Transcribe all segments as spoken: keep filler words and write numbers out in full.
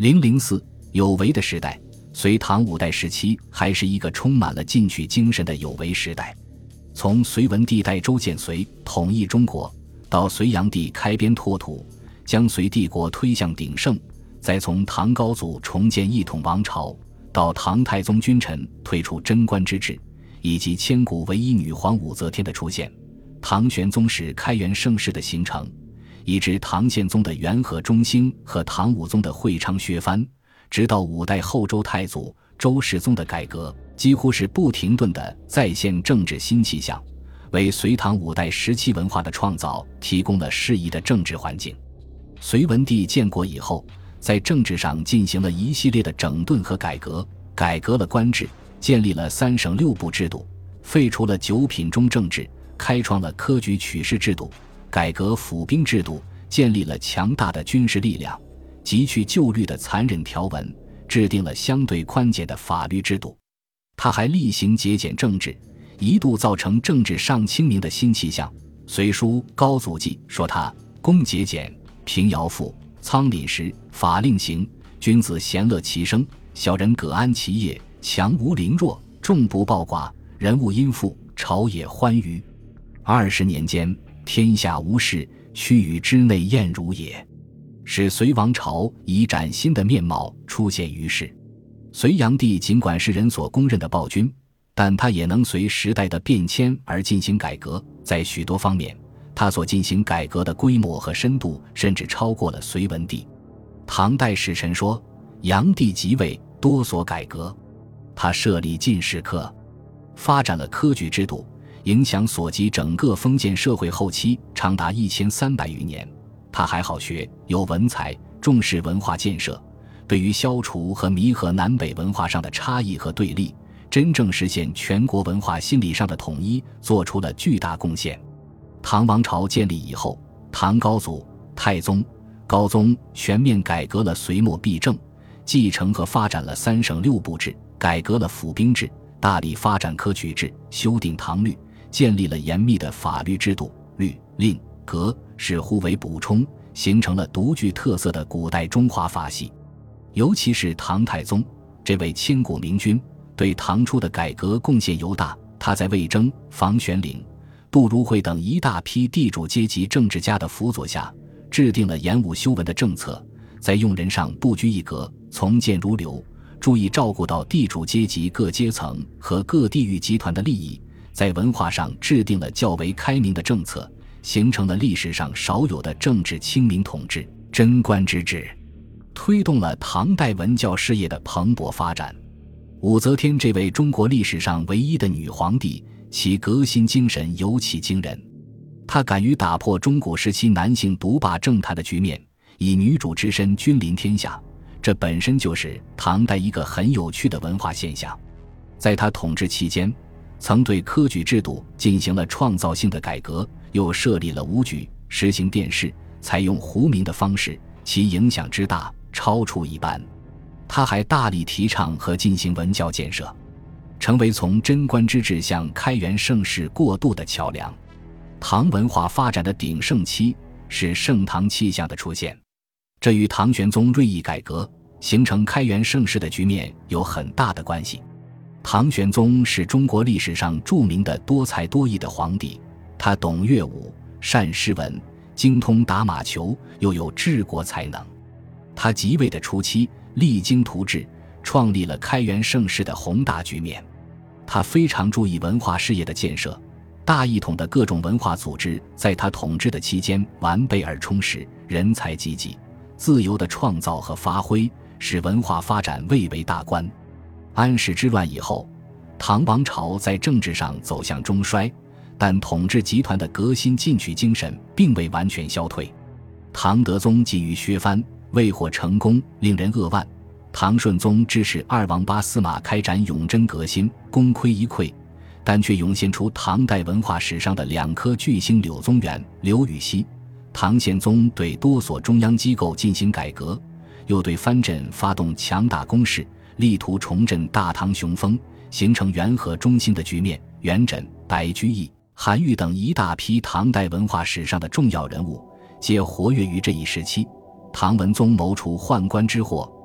零零四有为的时代，隋唐五代时期还是一个充满了进取精神的有为时代。从隋文帝代周建隋统一中国，到隋炀帝开边拓土，将隋帝国推向鼎盛，再从唐高祖重建一统王朝，到唐太宗君臣退出贞观之治，以及千古唯一女皇武则天的出现，唐玄宗时开元盛世的形成，以至唐宪宗的元和中兴和唐武宗的会昌削藩，直到五代后周太祖周世宗的改革，几乎是不停顿地再现政治新气象，为隋唐五代时期文化的创造提供了适宜的政治环境。隋文帝建国以后，在政治上进行了一系列的整顿和改革，改革了官制，建立了三省六部制度，废除了九品中正制，开创了科举取士制度，改革府兵制度，建立了强大的军事力量，汲取旧律的残忍条文，制定了相对宽简的法律制度。他还厉行节俭政治，一度造成政治上清明的新气象。隋书《高祖记》说他公节俭，平徭赋，仓廪实，法令行，君子咸乐其生，小人葛安其业，强无凌弱，众不暴寡，人物殷富，朝野欢愉。二十年间，天下无事，须臾之内晏如也，使隋王朝以崭新的面貌出现于世。隋炀帝尽管是人所公认的暴君，但他也能随时代的变迁而进行改革，在许多方面，他所进行改革的规模和深度甚至超过了隋文帝。唐代史臣说，炀帝即位多所改革，他设立进士科，发展了科举制度，影响所及整个封建社会后期长达一千三百余年。他还好学，有文采，重视文化建设，对于消除和弥合南北文化上的差异和对立，真正实现全国文化心理上的统一，做出了巨大贡献。唐王朝建立以后，唐高祖、太宗、高宗全面改革了隋末弊政，继承和发展了三省六部制，改革了府兵制，大力发展科举制，修订唐律，建立了严密的法律制度，律、令、格是互为补充，形成了独具特色的古代中华法系。尤其是唐太宗这位千古明君，对唐初的改革贡献尤大。他在魏征、房玄龄、杜如晦等一大批地主阶级政治家的辅佐下，制定了严武修文的政策，在用人上不拘一格，从谏如流，注意照顾到地主阶级各阶层和各地域集团的利益，在文化上制定了较为开明的政策，形成了历史上少有的政治清明统治，贞观之治，推动了唐代文教事业的蓬勃发展。武则天这位中国历史上唯一的女皇帝，其革新精神尤其惊人。她敢于打破中古时期男性独霸政坛的局面，以女主之身君临天下，这本身就是唐代一个很有趣的文化现象。在她统治期间，曾对科举制度进行了创造性的改革，又设立了武举，实行殿试，采用胡名的方式，其影响之大，超出一般。他还大力提倡和进行文教建设，成为从贞观之治向开元盛世过渡的桥梁。唐文化发展的鼎盛期是盛唐气象的出现，这与唐玄宗锐意改革，形成开元盛世的局面有很大的关系。唐玄宗是中国历史上著名的多才多艺的皇帝，他懂乐舞，善诗文，精通打马球，又有治国才能。他即位的初期，励精图治，创立了开元盛世的宏大局面。他非常注意文化事业的建设，大一统的各种文化组织在他统治的期间完备而充实，人才济济，自由的创造和发挥，使文化发展蔚为大观。安史之乱以后，唐王朝在政治上走向中衰，但统治集团的革新进取精神并未完全消退。唐德宗急于削藩，未获成功，令人扼腕。唐顺宗支持二王八司马开展永贞革新，功亏一篑，但却涌现出唐代文化史上的两颗巨星柳宗元、刘禹锡。唐宪宗对多所中央机构进行改革，又对藩镇发动强大攻势，力图重振大唐雄风，形成元和中兴的局面。元稹、白居易、韩愈等一大批唐代文化史上的重要人物，皆活跃于这一时期。唐文宗谋除宦官之祸，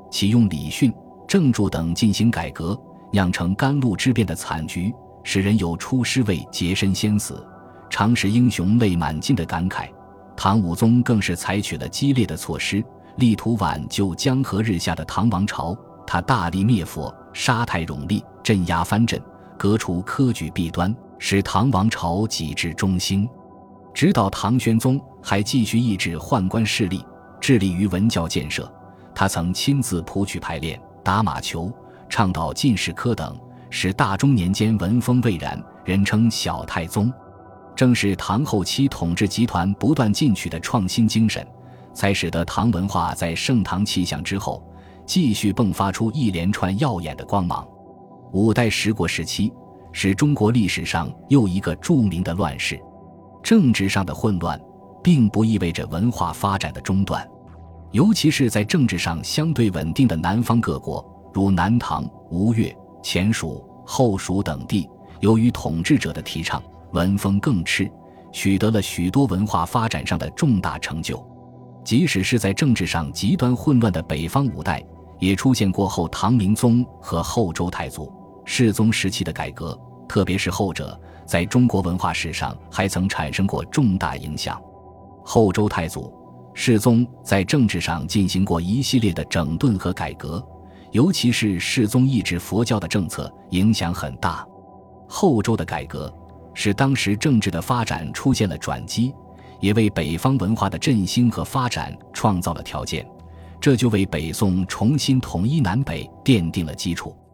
启用礼训、政助等进行改革，酿成甘露之变的惨局，使人有出师为洁身先死，常使英雄泪满襟的感慨。唐武宗更是采取了激烈的措施，力图挽救江河日下的唐王朝。他大力灭佛，杀太冗吏，镇压藩镇，革除科举弊端，使唐王朝几至中兴。直到唐玄宗还继续抑制宦官势力，致力于文教建设。他曾亲自谱曲排练、打马球，倡导进士科等，使大中年间文风蔚然，人称小太宗。正是唐后期统治集团不断进取的创新精神，才使得唐文化在盛唐气象之后继续迸发出一连串耀眼的光芒。五代十国时期是中国历史上又一个著名的乱世。政治上的混乱并不意味着文化发展的中断，尤其是在政治上相对稳定的南方各国，如南唐、吴越、前蜀、后蜀等地，由于统治者的提倡，文风更炽，取得了许多文化发展上的重大成就。即使是在政治上极端混乱的北方五代，也出现过后唐明宗和后周太祖、世宗时期的改革，特别是后者在中国文化史上还曾产生过重大影响。后周太祖、世宗在政治上进行过一系列的整顿和改革，尤其是世宗抑制佛教的政策影响很大。后周的改革使当时政治的发展出现了转机，也为北方文化的振兴和发展创造了条件，这就为北宋重新统一南北奠定了基础。